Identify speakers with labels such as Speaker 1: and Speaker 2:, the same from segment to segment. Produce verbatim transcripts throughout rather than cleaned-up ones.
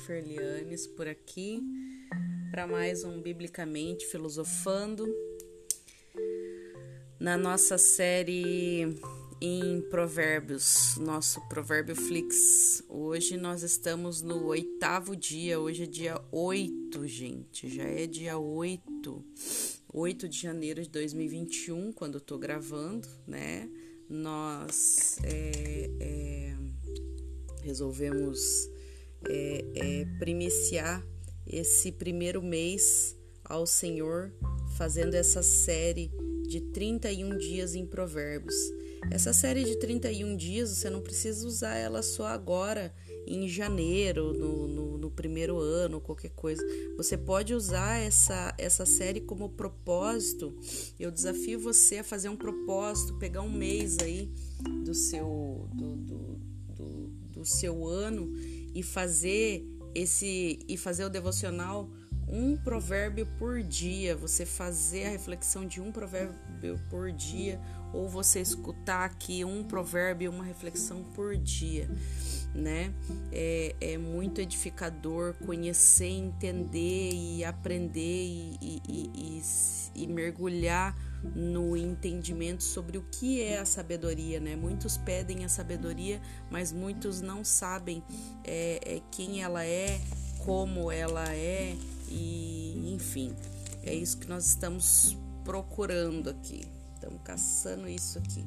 Speaker 1: Jennifer Lianes por aqui para mais um Biblicamente Filosofando na nossa série em Provérbios, nosso Provérbio Flix. Hoje nós estamos no oitavo dia, hoje é dia oito, gente, já é dia oito, oito de janeiro de dois mil e vinte e um, quando eu tô gravando, né? Nós é, é, resolvemos é, é, primiciar esse primeiro mês ao Senhor, fazendo essa série de trinta e um dias em Provérbios. Essa série de trinta e um dias, você não precisa usar ela só agora, em janeiro, no, no, no primeiro ano, qualquer coisa. Você pode usar essa, essa série como propósito. Eu desafio você a fazer um propósito, pegar um mês aí do seu, do, do, do, do seu ano e fazer, esse, e fazer o devocional um provérbio por dia, você fazer a reflexão de um provérbio por dia, ou você escutar aqui um provérbio, uma reflexão por dia, né? É, é muito edificador conhecer, entender e aprender e, e, e, e, e mergulhar no entendimento sobre o que é a sabedoria, né? Muitos pedem a sabedoria, mas muitos não sabem é, é, quem ela é, como ela é, e enfim, é isso que nós estamos procurando aqui, estamos caçando isso aqui.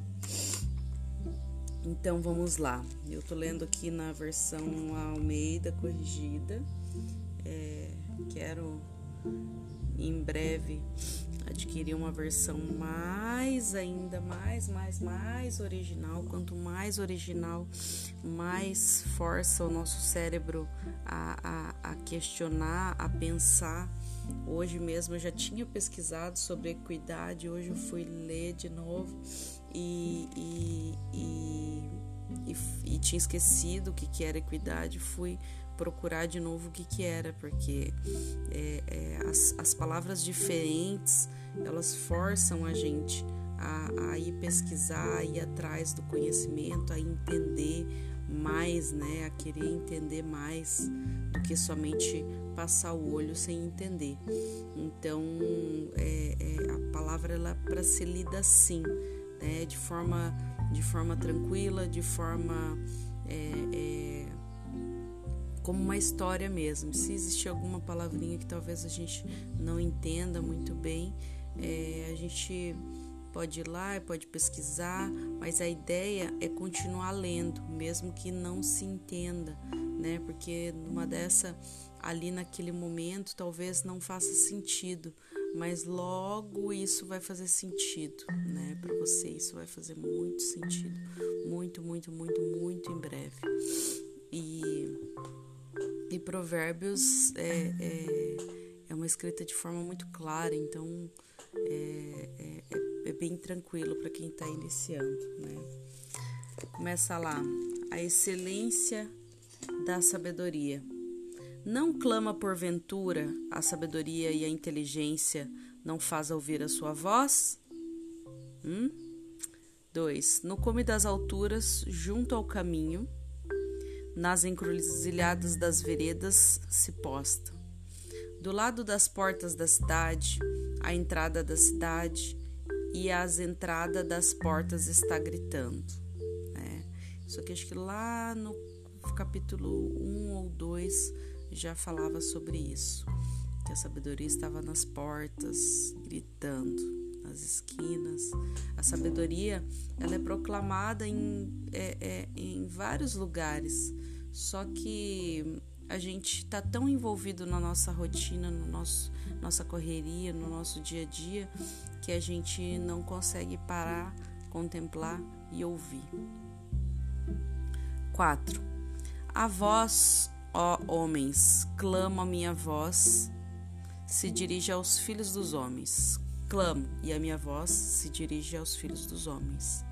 Speaker 1: Então vamos lá, eu tô lendo aqui na versão Almeida corrigida, é, quero em breve adquirir uma versão mais ainda, mais, mais, mais original. Quanto mais original, mais força o nosso cérebro a, a, a questionar, a pensar. Hoje mesmo eu já tinha pesquisado sobre equidade, hoje eu fui ler de novo e, e, e, e, e tinha esquecido o que, que era equidade, fui procurar de novo o que que era, porque é, é, as, as palavras diferentes, elas forçam a gente a, a ir pesquisar, a ir atrás do conhecimento, a entender mais, né, a querer entender mais do que somente passar o olho sem entender. Então, é, é, a palavra ela é para ser lida assim, né, de forma, de forma tranquila, de forma é, é, como uma história mesmo. Se existir alguma palavrinha que talvez a gente não entenda muito bem, é, a gente pode ir lá, pode pesquisar, mas a ideia é continuar lendo, mesmo que não se entenda, né? Porque numa dessa, ali naquele momento, talvez não faça sentido, mas logo isso vai fazer sentido, né? Para você isso vai fazer muito sentido, muito, muito, muito, muito em breve. E E Provérbios é, é, é uma escrita de forma muito clara, então é, é, é bem tranquilo para quem está iniciando, né? Começa lá, a excelência da sabedoria. Não clama porventura a sabedoria e a inteligência não faz ouvir a sua voz? Hum? Dois. No cume das alturas, junto ao caminho, nas encruzilhadas das veredas se posta. Do lado das portas da cidade, a entrada da cidade e as entradas das portas está gritando. Né? Isso aqui acho que lá no capítulo um ou dois já falava sobre isso, que a sabedoria estava nas portas, gritando, nas esquinas. A sabedoria ela é proclamada em, é, é, em vários lugares, só que a gente está tão envolvido na nossa rotina, no nosso, nossa correria, no nosso dia a dia, que a gente não consegue parar, contemplar e ouvir. quatro. A voz, ó homens, clama a minha voz, se dirige aos filhos dos homens. Clamo, e a minha voz se dirige aos filhos dos homens.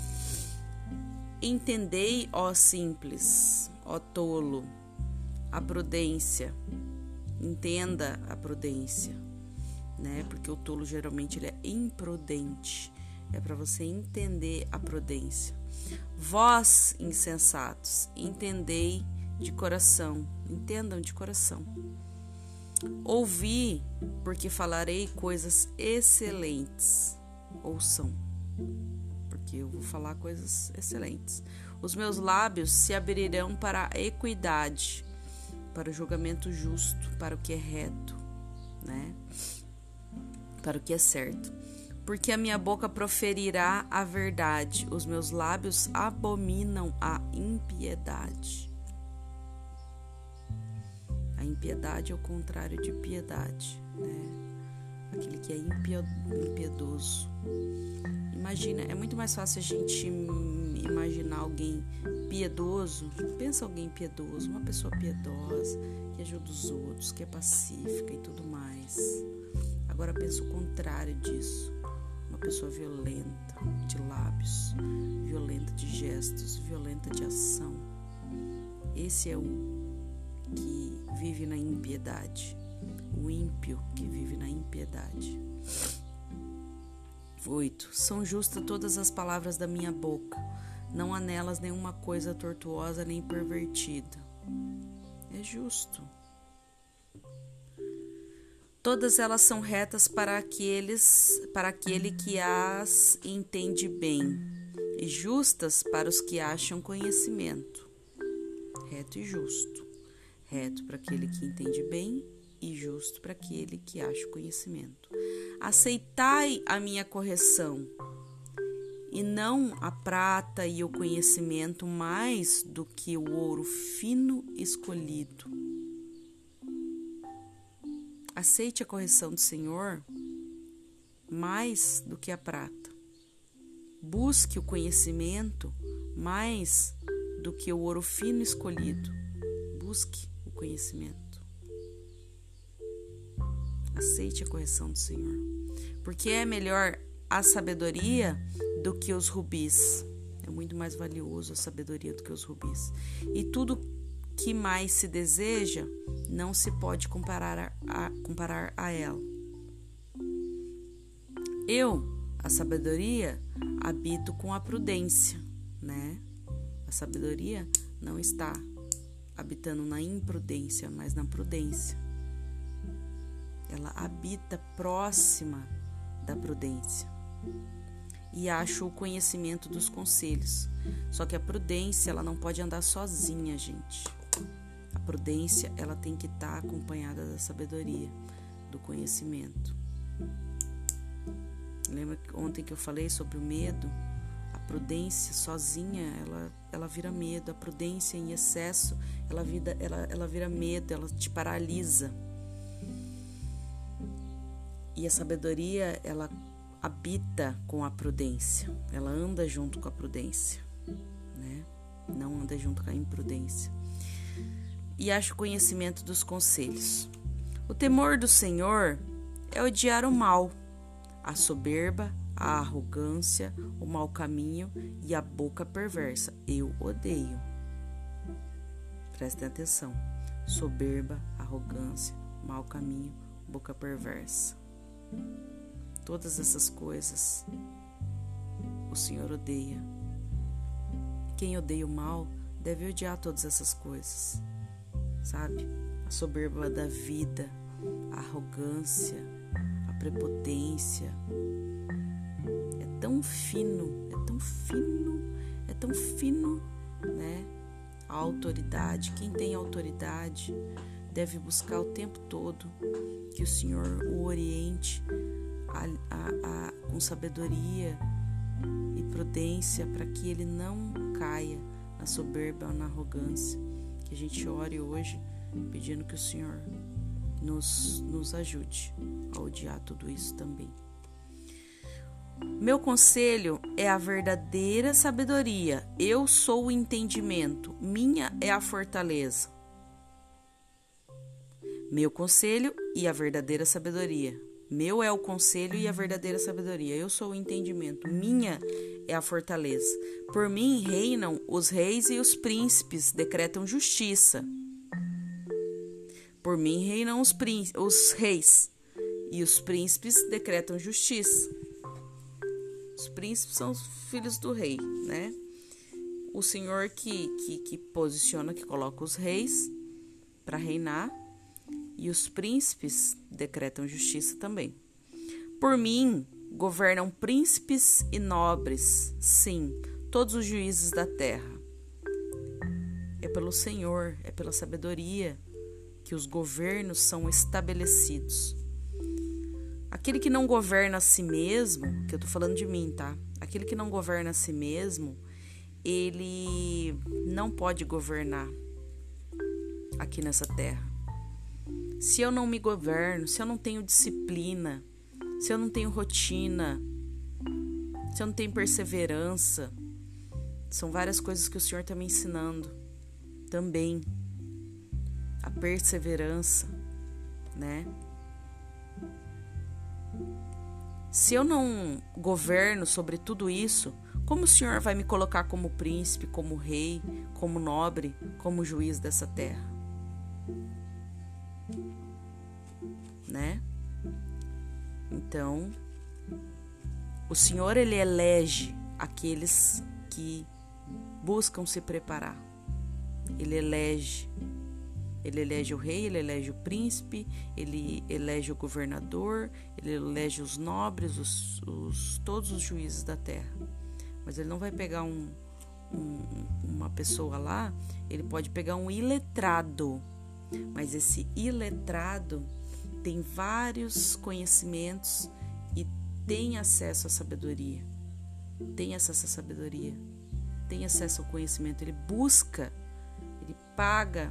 Speaker 1: Entendei, ó simples, ó tolo, a prudência. Entenda a prudência, né? Porque o tolo geralmente ele é imprudente. É para você entender a prudência. Vós, insensatos, entendei de coração. Entendam de coração. Ouvi, porque falarei coisas excelentes. Ouçam, porque eu vou falar coisas excelentes. Os meus lábios se abrirão para a equidade, para o julgamento justo, para o que é reto, né? Para o que é certo. Porque a minha boca proferirá a verdade, os meus lábios abominam a impiedade. A impiedade é o contrário de piedade, né? Aquele que é impiedoso. Imagina, é muito mais fácil a gente imaginar alguém piedoso. Pensa alguém piedoso, uma pessoa piedosa, que ajuda os outros, que é pacífica e tudo mais. Agora pensa o contrário disso. Uma pessoa violenta de lábios, violenta de gestos, violenta de ação. Esse é o que vive na impiedade. O ímpio que vive na impiedade. oito. São justas todas as palavras da minha boca. Não há nelas nenhuma coisa tortuosa nem pervertida. É justo. Todas elas são retas para aqueles, para aquele que as entende bem, e justas para os que acham conhecimento. Reto e justo. Reto para aquele que entende bem e justo para aquele que acha conhecimento. Aceitai a minha correção, e não a prata e o conhecimento mais do que o ouro fino escolhido. Aceite a correção do Senhor mais do que a prata. Busque o conhecimento mais do que o ouro fino escolhido. Busque o conhecimento. Aceite a correção do Senhor. Porque é melhor a sabedoria do que os rubis. É muito mais valioso a sabedoria do que os rubis. E tudo que mais se deseja não se pode comparar a, comparar a ela. Eu, a sabedoria, habito com a prudência, né? A sabedoria não está habitando na imprudência, mas na prudência. Ela habita próxima da prudência. E acho o conhecimento dos conselhos. Só que a prudência, ela não pode andar sozinha, gente. A prudência, ela tem que estar acompanhada da sabedoria, do conhecimento. Lembra ontem que eu falei sobre o medo? A prudência sozinha, ela, ela vira medo. A prudência em excesso, ela, vira, ela, ela vira medo, ela te paralisa. E a sabedoria, ela habita com a prudência. Ela anda junto com a prudência, né? Não anda junto com a imprudência. E acho o conhecimento dos conselhos. O temor do Senhor é odiar o mal, a soberba, a arrogância, o mau caminho e a boca perversa. Eu odeio. Prestem atenção. Soberba, arrogância, mau caminho, boca perversa. Todas essas coisas o Senhor odeia. Quem odeia o mal deve odiar todas essas coisas. Sabe? A soberba da vida, a arrogância, a prepotência. É tão fino, é tão fino, é tão fino, né? A autoridade. Quem tem autoridade deve buscar o tempo todo que o Senhor o oriente a, a, a, com sabedoria e prudência para que ele não caia na soberba ou na arrogância. Que a gente ore hoje pedindo que o Senhor nos, nos ajude a odiar tudo isso também. Meu conselho é a verdadeira sabedoria. Eu sou o entendimento. Minha é a fortaleza. Meu conselho e a verdadeira sabedoria. Meu é o conselho e a verdadeira sabedoria. Eu sou o entendimento. Minha é a fortaleza. Por mim reinam os reis e os príncipes, decretam justiça. Por mim reinam os, príncipes, os reis e os príncipes decretam justiça. Os príncipes são os filhos do rei, né? o Senhor que, que, que posiciona, que coloca os reis para reinar, e os príncipes decretam justiça também. Por mim, governam príncipes e nobres, sim, todos os juízes da terra. É pelo Senhor, é pela sabedoria que os governos são estabelecidos. Aquele que não governa a si mesmo, que eu tô falando de mim, tá? Aquele que não governa a si mesmo, ele não pode governar aqui nessa terra. Se eu não me governo, se eu não tenho disciplina, se eu não tenho rotina, se eu não tenho perseverança, são várias coisas que o Senhor está me ensinando também. A perseverança, né? Se eu não governo sobre tudo isso, como o Senhor vai me colocar como príncipe, como rei, como nobre, como juiz dessa terra? Né? Então, o Senhor, ele elege aqueles que buscam se preparar. Ele elege. Ele elege o rei, ele elege o príncipe, ele elege o governador, ele elege os nobres, os, os, todos os juízes da terra. Mas ele não vai pegar um, um, uma pessoa lá, ele pode pegar um iletrado. Mas esse iletrado tem vários conhecimentos e tem acesso à sabedoria. Tem acesso à sabedoria. Tem acesso ao conhecimento. Ele busca, ele paga...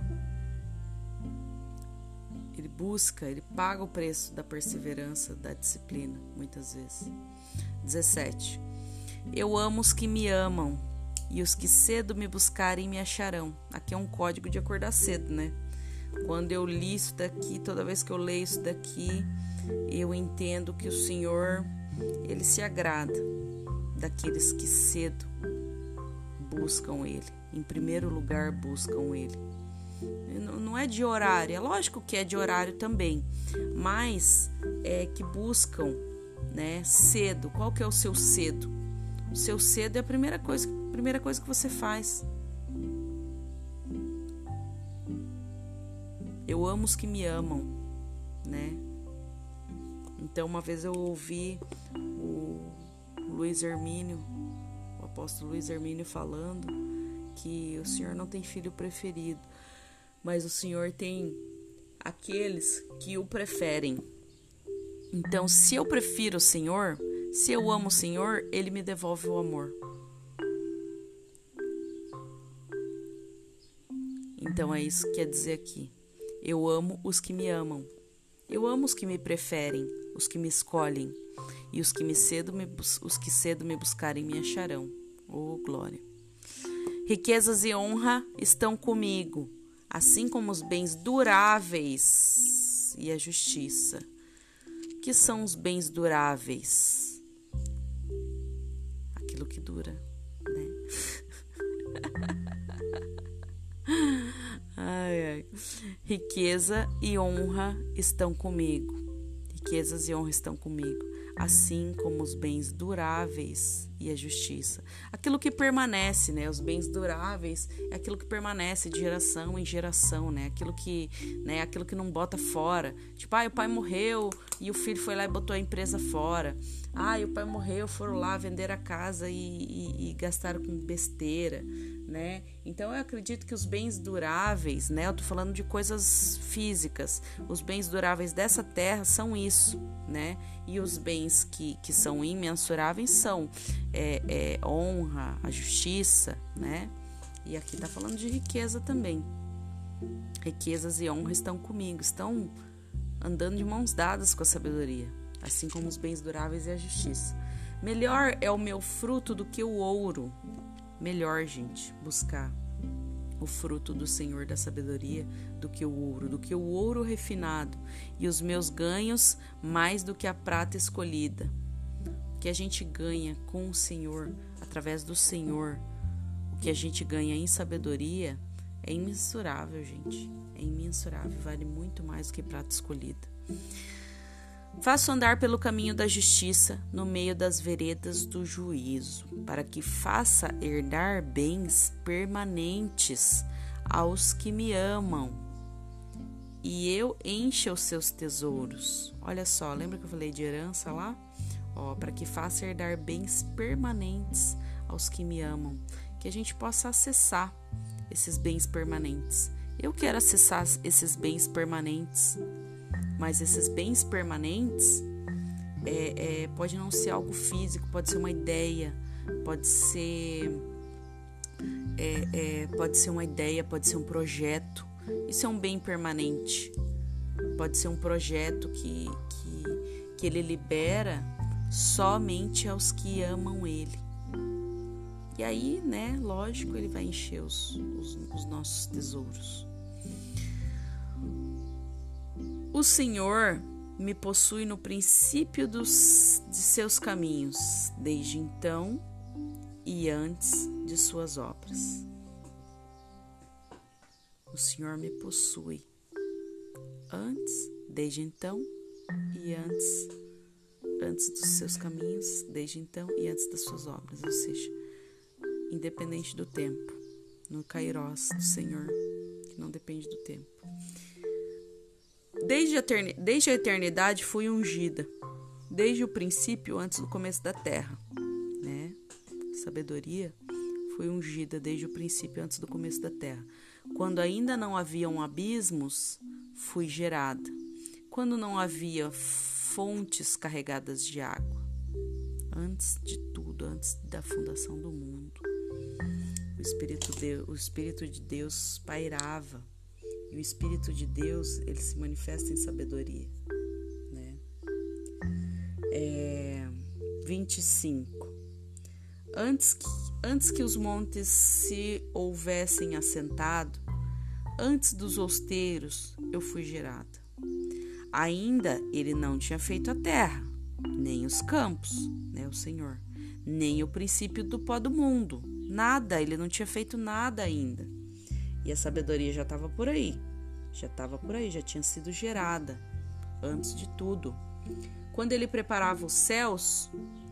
Speaker 1: Ele busca, ele paga o preço da perseverança, da disciplina, muitas vezes. dezessete. Eu amo os que me amam, e os que cedo me buscarem me acharão. Aqui é um código de acordar cedo, né? Quando eu li isso daqui, toda vez que eu leio isso daqui, eu entendo que o Senhor, ele se agrada daqueles que cedo buscam ele. Em primeiro lugar, buscam ele. Não é de horário, é lógico que é de horário também, mas é que buscam, né, cedo. Qual que é o seu cedo? O seu cedo é a primeira coisa, a primeira coisa que você faz. Eu amo os que me amam, né? Então, uma vez eu ouvi o Luiz Hermínio, o apóstolo Luiz Hermínio falando que o Senhor não tem filho preferido, mas o Senhor tem aqueles que o preferem. Então, se eu prefiro o Senhor, se eu amo o Senhor, Ele me devolve o amor. Então, é isso que quer dizer aqui. Eu amo os que me amam. Eu amo os que me preferem, os que me escolhem. E os que, me cedo me, os que cedo me buscarem me acharão. Oh, glória! Riquezas e honra estão comigo, assim como os bens duráveis e a justiça. O que são os bens duráveis? Aquilo que dura, né? Ai, ai. Riqueza e honra estão comigo. Riquezas e honra estão comigo, assim como os bens duráveis e a justiça. Aquilo que permanece, né? Os bens duráveis é aquilo que permanece de geração em geração, né? Aquilo que, né? Aquilo que não bota fora. Tipo, ah, o pai morreu e o filho foi lá e botou a empresa fora. Ah, o pai morreu, foram lá vender a casa e, e, e gastaram com besteira, né? Então eu acredito que os bens duráveis, né? Eu tô falando de coisas físicas. Os bens duráveis dessa terra são isso, né? E os bens que, que são imensuráveis são é, é, honra, a justiça, né? E aqui tá falando de riqueza também. Riquezas e honra estão comigo, estão andando de mãos dadas com a sabedoria, assim como os bens duráveis e a justiça. Melhor é o meu fruto do que o ouro. Melhor, gente, buscar o fruto do Senhor da sabedoria do que o ouro, do que o ouro refinado, e os meus ganhos mais do que a prata escolhida. O que a gente ganha com o Senhor, através do Senhor, o que a gente ganha em sabedoria é imensurável, gente. É imensurável, vale muito mais do que prata escolhida. Faço andar pelo caminho da justiça, no meio das veredas do juízo, para que faça herdar bens permanentes aos que me amam, e eu encha os seus tesouros. Olha só, lembra que eu falei de herança lá? Ó, para que faça herdar bens permanentes aos que me amam, que a gente possa acessar esses bens permanentes. Eu quero acessar esses bens permanentes, mas esses bens permanentes é, é, pode não ser algo físico, pode ser uma ideia, pode ser é, é, pode ser uma ideia, pode ser um projeto. Isso é um bem permanente. Pode ser um projeto que, que, que ele libera somente aos que amam ele. E aí, né, lógico, ele vai encher os, os, os nossos tesouros. O Senhor me possui no princípio dos, de seus caminhos, desde então e antes de suas obras. O Senhor me possui antes, desde então e antes, antes dos seus caminhos, desde então e antes das suas obras, ou seja, independente do tempo, no Kairos do Senhor, que não depende do tempo. Desde a, etern... desde a eternidade fui ungida, desde o princípio, antes do começo da terra, né? Sabedoria foi ungida desde o princípio, antes do começo da terra. Quando ainda não haviam abismos, fui gerada. Quando não havia fontes carregadas de água. Antes de tudo, antes da fundação do mundo, o Espírito de, o Espírito de Deus pairava. E o Espírito de Deus, ele se manifesta em sabedoria, né? É, vinte e cinco. Antes que, antes que os montes se houvessem assentado, antes dos outeiros eu fui gerada. Ainda ele não tinha feito a terra, nem os campos, né, o Senhor, nem o princípio do pó do mundo. Nada, ele não tinha feito nada ainda. E a sabedoria já estava por aí, já estava por aí, já tinha sido gerada, antes de tudo. Quando ele preparava os céus,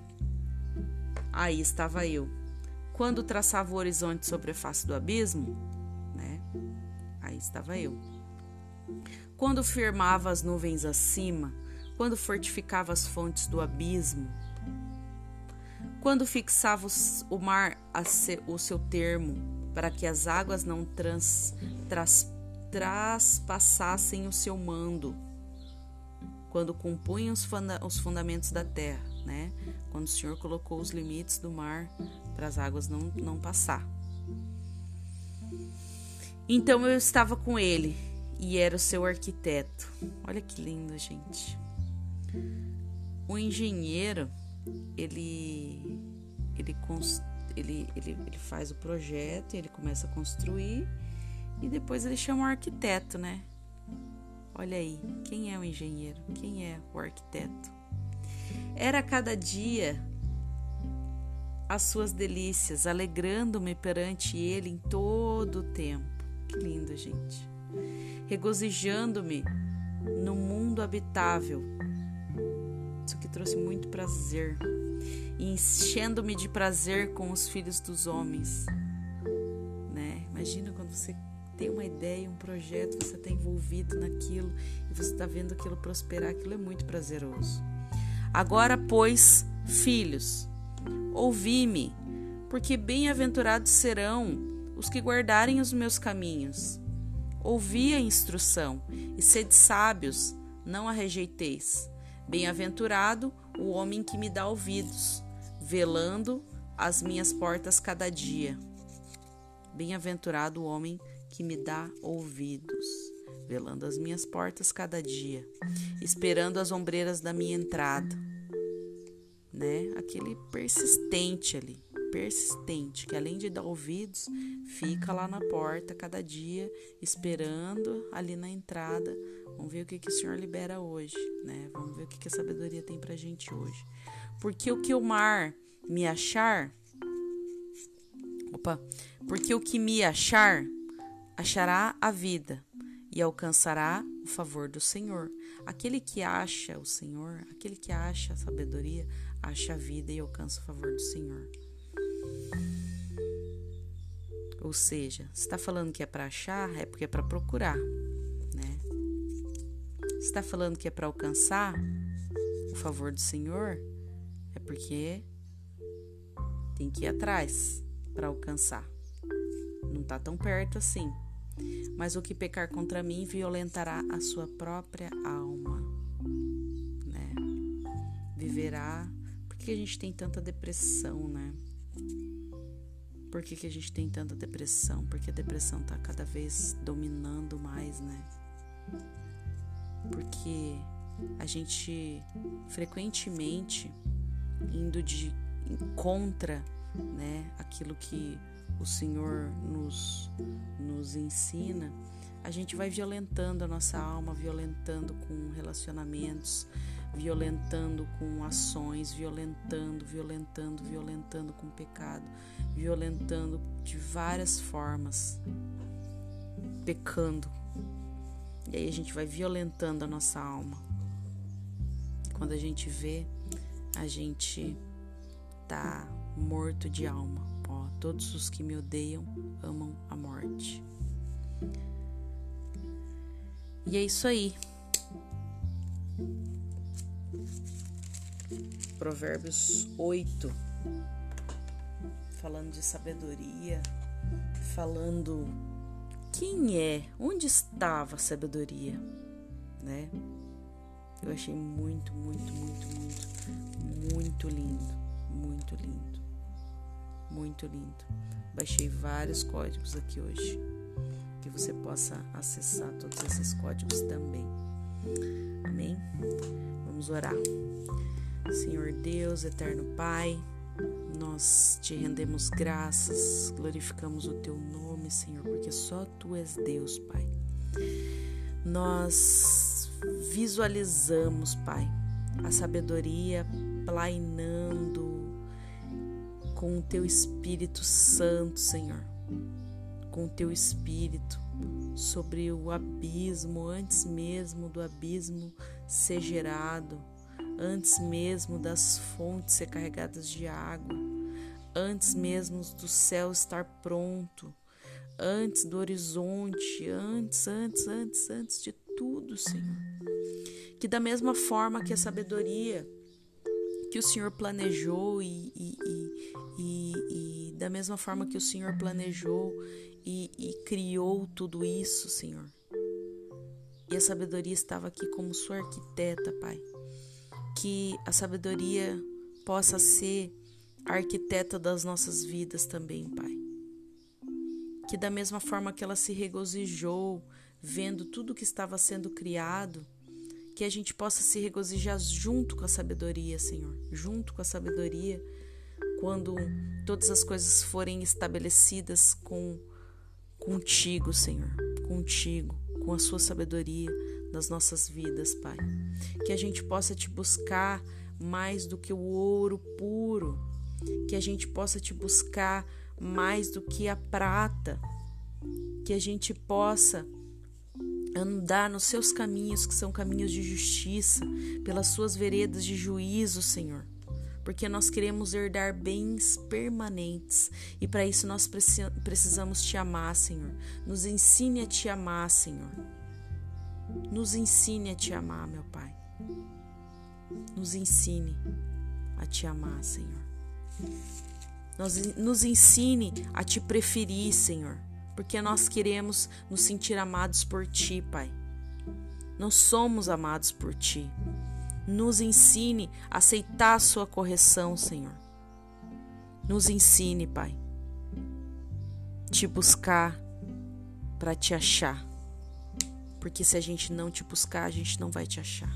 Speaker 1: aí estava eu. Quando traçava o horizonte sobre a face do abismo, né, aí estava eu. Quando firmava as nuvens acima, quando fortificava as fontes do abismo, quando fixava o mar a ser, o seu termo, para que as águas não trans, tras, traspassassem o seu mando, quando compunham os, funda, os fundamentos da terra, né? Quando o Senhor colocou os limites do mar para as águas não, não passar. Então eu estava com ele e era o seu arquiteto. Olha que lindo, gente. O engenheiro, ele, ele, ele, ele, ele faz o projeto, ele começa a construir e depois ele chama o arquiteto, né? Olha aí, quem é o engenheiro? Quem é o arquiteto? Era cada dia as suas delícias, alegrando-me perante ele em todo o tempo. Que lindo, gente. Regozijando-me no mundo habitável. Isso que trouxe muito prazer. E enchendo-me de prazer com os filhos dos homens. Né? Imagina quando você tem uma ideia, um projeto, você está envolvido naquilo e você está vendo aquilo prosperar. Aquilo é muito prazeroso. Agora, pois, filhos, ouvi-me, porque bem-aventurados serão os que guardarem os meus caminhos. Ouvi a instrução, e sede sábios, não a rejeiteis. Bem-aventurado o homem que me dá ouvidos, velando as minhas portas cada dia. Bem-aventurado o homem que me dá ouvidos, velando as minhas portas cada dia, esperando as ombreiras da minha entrada, né? Aquele persistente ali, persistente, que além de dar ouvidos, fica lá na porta cada dia, esperando ali na entrada. Vamos ver o que, que o Senhor libera hoje, né? Vamos ver o que, que a sabedoria tem pra gente hoje. Porque o que o mar me achar, opa, porque o que me achar, achará a vida e alcançará o favor do Senhor. aquele que acha o Senhor, aquele que acha a sabedoria, acha a vida e alcança o favor do Senhor. Ou seja, se está falando que é para achar, é porque é para procurar, né? Se está falando que é para alcançar o favor do Senhor, é porque tem que ir atrás para alcançar. Não está tão perto assim. Mas o que pecar contra mim violentará a sua própria alma, né? Viverá. Por que a gente tem tanta depressão, né? Por que, que a gente tem tanta depressão? Porque a depressão está cada vez dominando mais, né? Porque a gente frequentemente indo de contra, né, aquilo que o Senhor nos, nos ensina, a gente vai violentando a nossa alma, violentando com relacionamentos, violentando com ações, violentando, violentando, violentando com pecado, violentando de várias formas, pecando. E aí a gente vai violentando a nossa alma. Quando a gente vê, a gente tá morto de alma. Ó, todos os que me odeiam amam a morte. E é isso aí. Provérbios oito, falando de sabedoria, falando quem é, onde estava a sabedoria, né? Eu achei muito, muito, muito, muito, muito lindo, muito lindo, muito lindo. Baixei vários códigos aqui hoje, que você possa acessar todos esses códigos também. Amém? Vamos orar. Senhor Deus, eterno Pai, nós te rendemos graças, glorificamos o teu nome, Senhor, porque só tu és Deus, Pai. Nós visualizamos, Pai, a sabedoria plainando com o teu Espírito Santo, Senhor, com o teu Espírito sobre o abismo, antes mesmo do abismo ser gerado, antes mesmo das fontes ser carregadas de água, antes mesmo do céu estar pronto, antes do horizonte, antes, antes, antes, antes de tudo, Senhor. Que da mesma forma que a sabedoria que o Senhor planejou e, e, e, e, e da mesma forma que o Senhor planejou e, e criou tudo isso, Senhor. E a sabedoria estava aqui como sua arquiteta, Pai. Que a sabedoria possa ser a arquiteta das nossas vidas também, Pai. Que da mesma forma que ela se regozijou vendo tudo que estava sendo criado, que a gente possa se regozijar junto com a sabedoria, Senhor. Junto com a sabedoria, quando todas as coisas forem estabelecidas com, contigo, Senhor. Contigo, com a sua sabedoria nas nossas vidas, Pai. Que a gente possa te buscar mais do que o ouro puro. Que a gente possa te buscar mais do que a prata. Que a gente possa andar nos seus caminhos, que são caminhos de justiça, pelas suas veredas de juízo, Senhor. Porque nós queremos herdar bens permanentes. E para isso nós precisamos te amar, Senhor. Nos ensine a te amar, Senhor. Nos ensine a te amar, meu Pai. Nos ensine a te amar, Senhor. Nos, nos ensine a te preferir, Senhor. Porque nós queremos nos sentir amados por Ti, Pai. Nós somos amados por Ti. Nos ensine a aceitar a Sua correção, Senhor. Nos ensine, Pai. Te buscar para te achar. Porque se a gente não te buscar, a gente não vai te achar.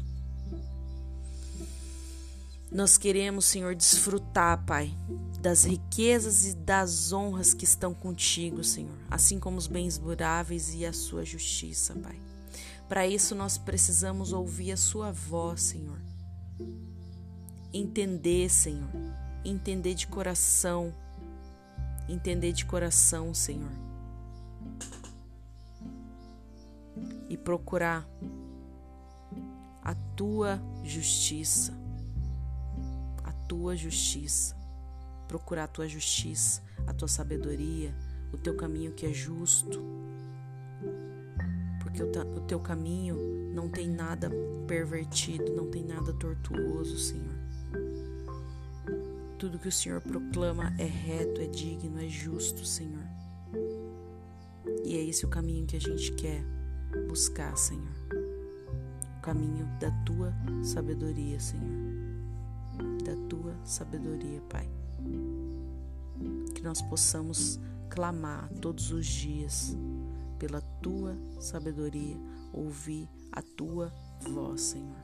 Speaker 1: Nós queremos, Senhor, desfrutar, Pai, das riquezas e das honras que estão contigo, Senhor, assim como os bens duráveis e a sua justiça, Pai. Para isso nós precisamos ouvir a sua voz, Senhor. Entender, Senhor. Entender de coração. Entender de coração, Senhor. E procurar a tua justiça, a tua justiça, procurar a tua justiça, a tua sabedoria, o teu caminho que é justo, porque o, o teu caminho não tem nada pervertido, não tem nada tortuoso, Senhor. Tudo que o Senhor proclama é reto, é digno, é justo, Senhor. E é esse o caminho que a gente quer buscar, Senhor. O caminho da tua sabedoria, Senhor. Da tua sabedoria, Pai. Que nós possamos clamar todos os dias pela tua sabedoria, ouvir a tua voz, Senhor.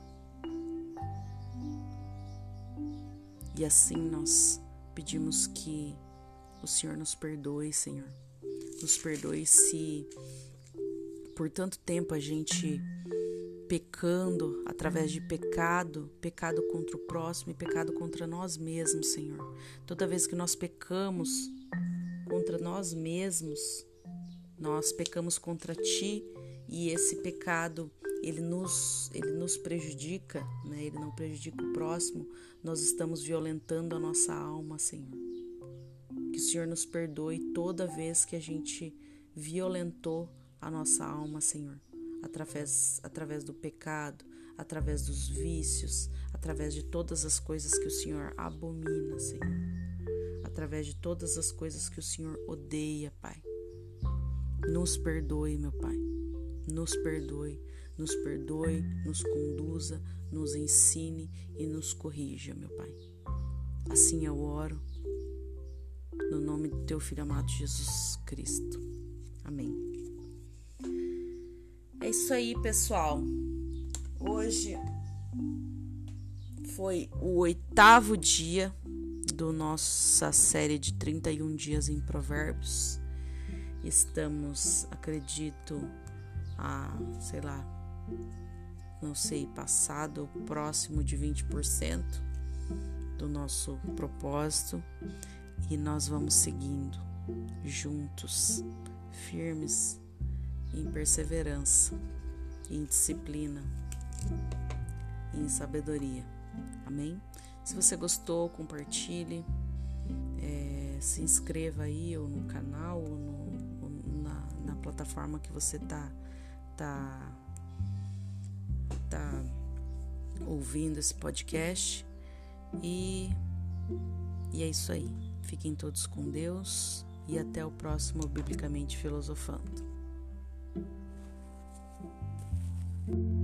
Speaker 1: E assim nós pedimos que o Senhor nos perdoe, Senhor. Nos perdoe se por tanto tempo a gente pecando através de pecado, pecado contra o próximo e pecado contra nós mesmos, Senhor. Toda vez que nós pecamos contra nós mesmos, nós pecamos contra Ti e esse pecado, ele nos, ele nos prejudica, né? Ele não prejudica o próximo, nós estamos violentando a nossa alma, Senhor. Que o Senhor nos perdoe toda vez que a gente violentou a nossa alma, Senhor, através, através do pecado, através dos vícios, através de todas as coisas que o Senhor abomina, Senhor, através de todas as coisas que o Senhor odeia, Pai. Nos perdoe, meu Pai, nos perdoe, nos perdoe, nos conduza, nos ensine e nos corrija, meu Pai. Assim eu oro, no nome do Teu Filho amado Jesus Cristo. Amém. É isso aí, pessoal. Hoje foi o oitavo dia da nossa série de trinta e um dias em Provérbios. Estamos, acredito, a, sei lá, não sei, passado, próximo de vinte por cento do nosso propósito. E nós vamos seguindo juntos, firmes, em perseverança, em disciplina, em sabedoria. Amém? Se você gostou, compartilhe, é, se inscreva aí ou no canal ou, no, ou na, na plataforma que você tá, tá, tá ouvindo esse podcast. E, e é isso aí. Fiquem todos com Deus e até o próximo Biblicamente Filosofando.